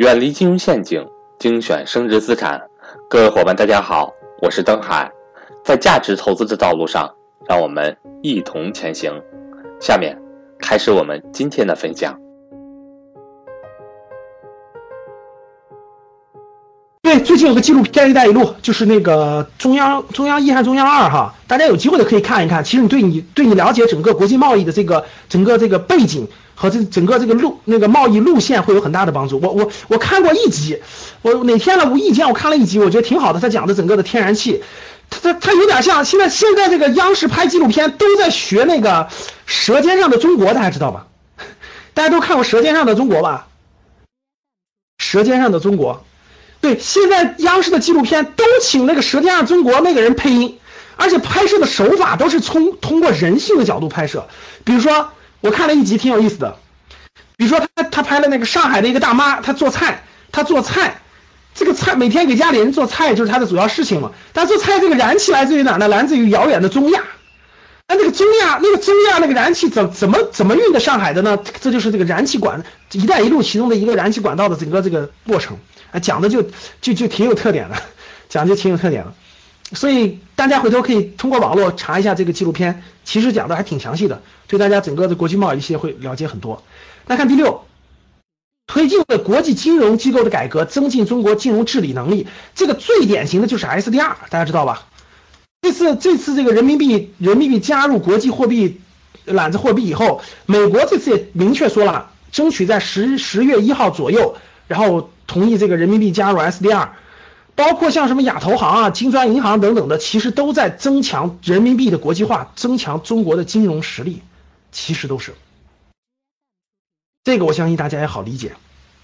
远离金融陷阱，精选升值资产。各位伙伴大家好，我是登海。在价值投资的道路上，让我们一同前行。下面开始我们今天的分享。 对，最近有个纪录片《一带一路》，就是那个中央一还是中央二哈，大家有机会的可以看一看。其实对你了解整个国际贸易的整个背景和整个贸易路线会有很大的帮助。我看过一集，我哪天了无意间我看了一集，我觉得挺好的。他讲的整个的天然气，他有点像现在这个央视拍纪录片都在学那个《舌尖上的中国》，大家知道吧？大家都看过《舌尖上的中国》吧？《舌尖上的中国》。对，现在央视的纪录片都请那个《舌尖上中国》那个人配音，而且拍摄的手法都是通过人性的角度拍摄。比如说，我看了一集挺有意思的，比如说他拍了那个上海的一个大妈，她做菜，这个菜每天给家里人做菜就是她的主要事情嘛。但做菜这个燃气来自于哪呢？来自于遥远的中亚。那个中亚那个燃气怎么运到上海的呢？这就是这个燃气管“一带一路”其中的一个燃气管道的整个这个过程。讲的就挺有特点的，所以大家回头可以通过网络查一下这个纪录片，其实讲的还挺详细的，对大家整个的国际贸易协会了解很多。那看第六，推进了国际金融机构的改革，增进中国金融治理能力。这个最典型的就是 SDR， 大家知道吧？这次这个人民币加入国际货币揽子货币以后，美国这次也明确说了，争取在10月1号左右，然后同意这个人民币加入 SDR， 包括像什么亚投行啊、金砖银行等等的，其实都在增强人民币的国际化，增强中国的金融实力，其实都是这个，我相信大家也好理解。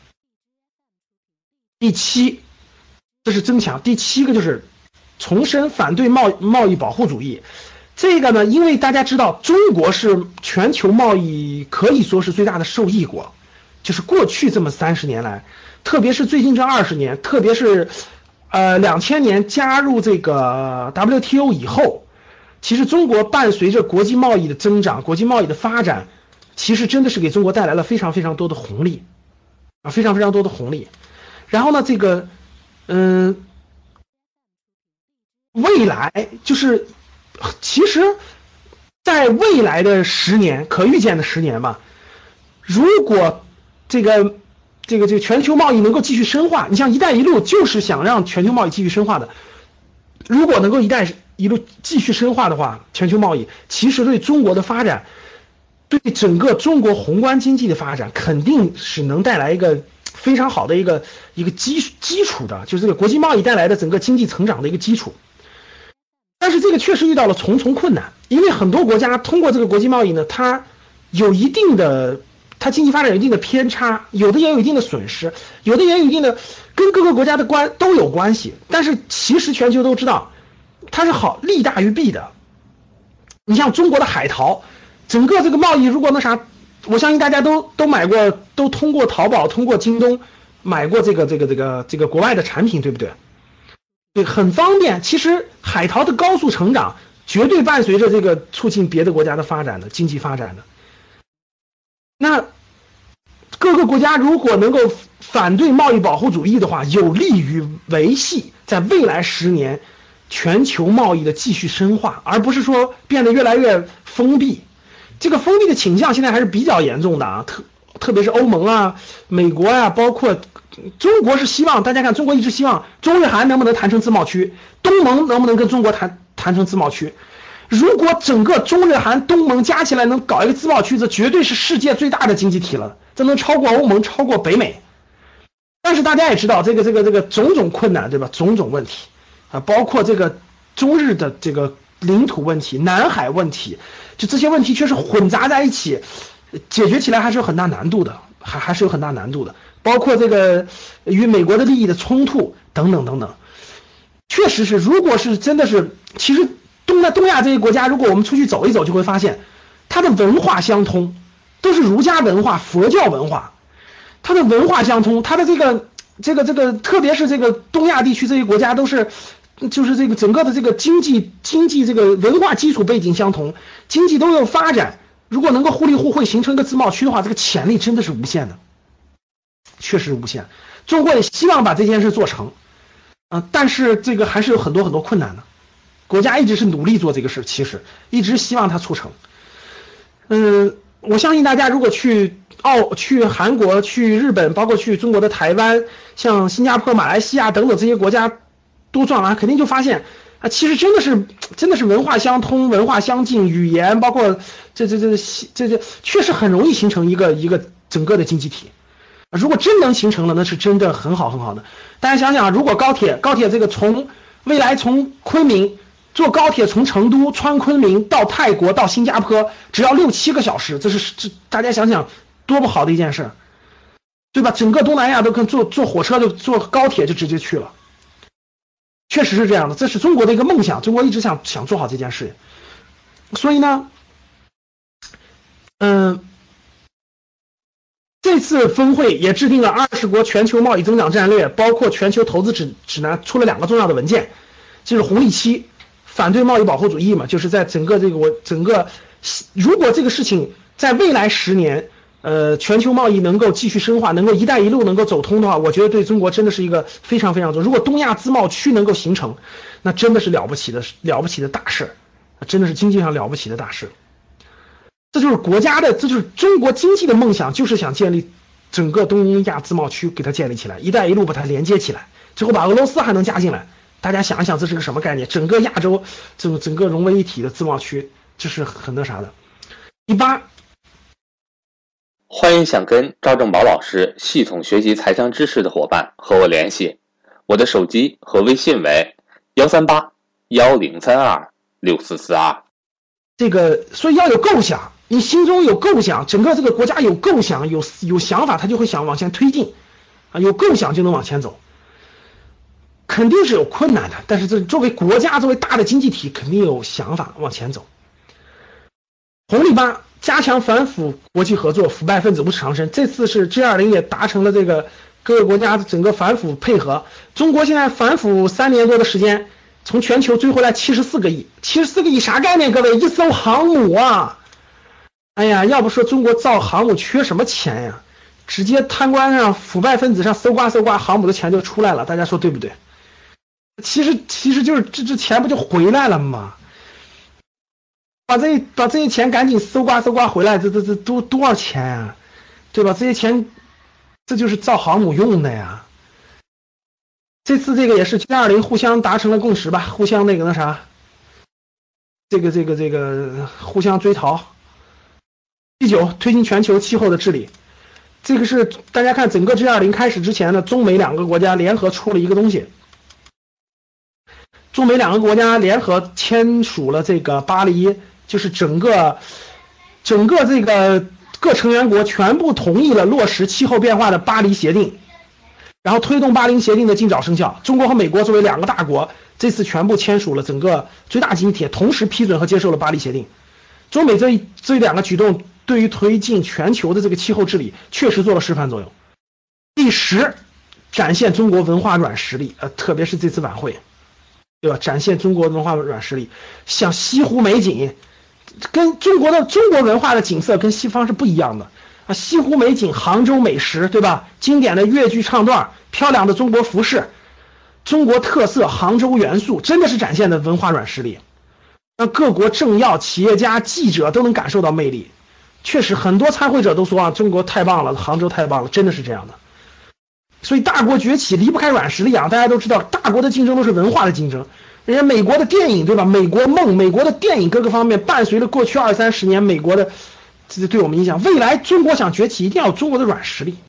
第七，这是增强。第七个就是重申反对贸易保护主义。这个呢，因为大家知道中国是全球贸易可以说是最大的受益国，就是过去这么30年来，特别是最近这20年，特别是2000年加入这个 WTO 以后，其实中国伴随着国际贸易的增长，国际贸易的发展，其实真的是给中国带来了非常非常多的红利啊，非常非常多的红利。然后呢，这个未来就是其实在未来的10年，可预见的10年吧，如果这个全球贸易能够继续深化，你像一带一路就是想让全球贸易继续深化的。如果能够一带一路继续深化的话，全球贸易其实对中国的发展，对整个中国宏观经济的发展肯定是能带来一个非常好的一个基础的，就是这个国际贸易带来的整个经济成长的一个基础。但是这个确实遇到了重重困难，因为很多国家通过这个国际贸易呢，它有一定的，它经济发展有一定的偏差，有的也有一定的损失，有的也有一定的跟各个国家的都有关系。但是其实全球都知道，它是好利大于弊的。你像中国的海淘，整个这个贸易如果那啥，我相信大家都买过，都通过淘宝、通过京东买过这个国外的产品，对不对？对，很方便。其实海淘的高速成长，绝对伴随着这个促进别的国家的发展的经济发展的。那各个国家如果能够反对贸易保护主义的话，有利于维系在未来10年全球贸易的继续深化，而不是说变得越来越封闭。这个封闭的倾向现在还是比较严重的啊，特别是欧盟啊、美国啊，包括中国是希望，大家看，中国一直希望中日韩能不能谈成自贸区，东盟能不能跟中国谈成自贸区。如果整个中日韩东盟加起来能搞一个自贸区，这绝对是世界最大的经济体了，这能超过欧盟，超过北美。但是大家也知道这个种种困难，对吧？种种问题啊，包括这个中日的这个领土问题、南海问题，就这些问题确实混杂在一起，解决起来还是有很大难度的，还是有很大难度的。包括这个与美国的利益的冲突等等等等，确实是，如果是真的是，其实东亚这些国家，如果我们出去走一走，就会发现它的文化相通，都是儒家文化、佛教文化，它的文化相通，它的这个，特别是这个东亚地区这些国家都是，就是这个整个的这个经济这个文化基础背景相同，经济都有发展，如果能够互利互惠形成一个自贸区的话，这个潜力真的是无限的。 确实无限。中国也希望把这件事做成，但是这个还是有很多很多困难的。国家一直是努力做这个事，其实一直希望它促成。我相信大家如果去韩国、去日本，包括去中国的台湾、像新加坡、马来西亚等等这些国家都转完，肯定就发现其实真的是文化相通、文化相近，语言包括这确实很容易形成一个整个的经济体。如果真能形成了，那是真的很好很好的。大家想想，如果高铁这个未来从昆明坐高铁从成都穿昆明到泰国到新加坡只要6-7个小时，这大家想想多不好的一件事，对吧？整个东南亚都跟坐火车就坐高铁就直接去了，确实是这样的，这是中国的一个梦想，中国一直想做好这件事。所以呢，这次峰会也制定了20国全球贸易增长战略，包括全球投资指南，出了2个重要的文件，就是红利期。反对贸易保护主义嘛，就是在整个如果这个事情在未来10年，全球贸易能够继续深化，能够一带一路能够走通的话，我觉得对中国真的是一个非常非常重要。如果东亚自贸区能够形成，那真的是了不起的大事，真的是经济上了不起的大事。这就是中国经济的梦想，就是想建立整个东亚自贸区，给它建立起来，一带一路把它连接起来，最后把俄罗斯还能加进来。大家想一想，这是个什么概念？整个亚洲整个融为一体的自贸区，这是很那啥的。第8， 欢迎想跟赵正宝老师系统学习财商知识的伙伴和我联系，我的手机和微信为138-1032-6442。 这个所以要有构想，你心中有构想，整个这个国家有构想，有想法，他就会想往前推进有构想就能往前走。肯定是有困难的，但是这作为国家，作为大的经济体，肯定有想法往前走。红利8，加强反腐国际合作，腐败分子无耻长生。这次是 G20 也达成了这个各个国家的整个反腐配合。中国现在反腐3年多的时间，从全球追回来74个亿，74个亿啥概念？各位，一艘航母啊！哎呀，要不说中国造航母缺什么钱呀？直接贪官上、腐败分子上搜刮，航母的钱就出来了，大家说对不对？其实就是这钱不就回来了吗？把这些钱赶紧搜刮回来，这多少钱啊？对吧？这些钱这就是造航母用的呀。这次这个也是 G20 互相达成了共识吧，互相那啥，这个互相追逃。第9，推进全球气候的治理。这个是大家看整个 G20 开始之前呢，中美2个国家联合出了一个东西。中美2个国家联合签署了这个巴黎，就是整个这个各成员国全部同意了落实气候变化的巴黎协定，然后推动巴黎协定的尽早生效。中国和美国作为2个大国，这次全部签署了整个最大经济体，同时批准和接受了巴黎协定。中美这2个举动对于推进全球的这个气候治理确实做了示范作用。第10，展现中国文化软实力，特别是这次晚会，对吧？展现中国文化软实力，像西湖美景，跟中国文化的景色跟西方是不一样的西湖美景、杭州美食，对吧？经典的粤剧唱段，漂亮的中国服饰，中国特色杭州元素，真的是展现的文化软实力，让各国政要、企业家、记者都能感受到魅力。确实，很多参会者都说中国太棒了，杭州太棒了，真的是这样的。所以大国崛起离不开软实力大家都知道，大国的竞争都是文化的竞争。人家美国的电影，对吧？美国梦，美国的电影各个方面伴随了过去20-30年美国的，这对我们影响。未来中国想崛起，一定要有中国的软实力。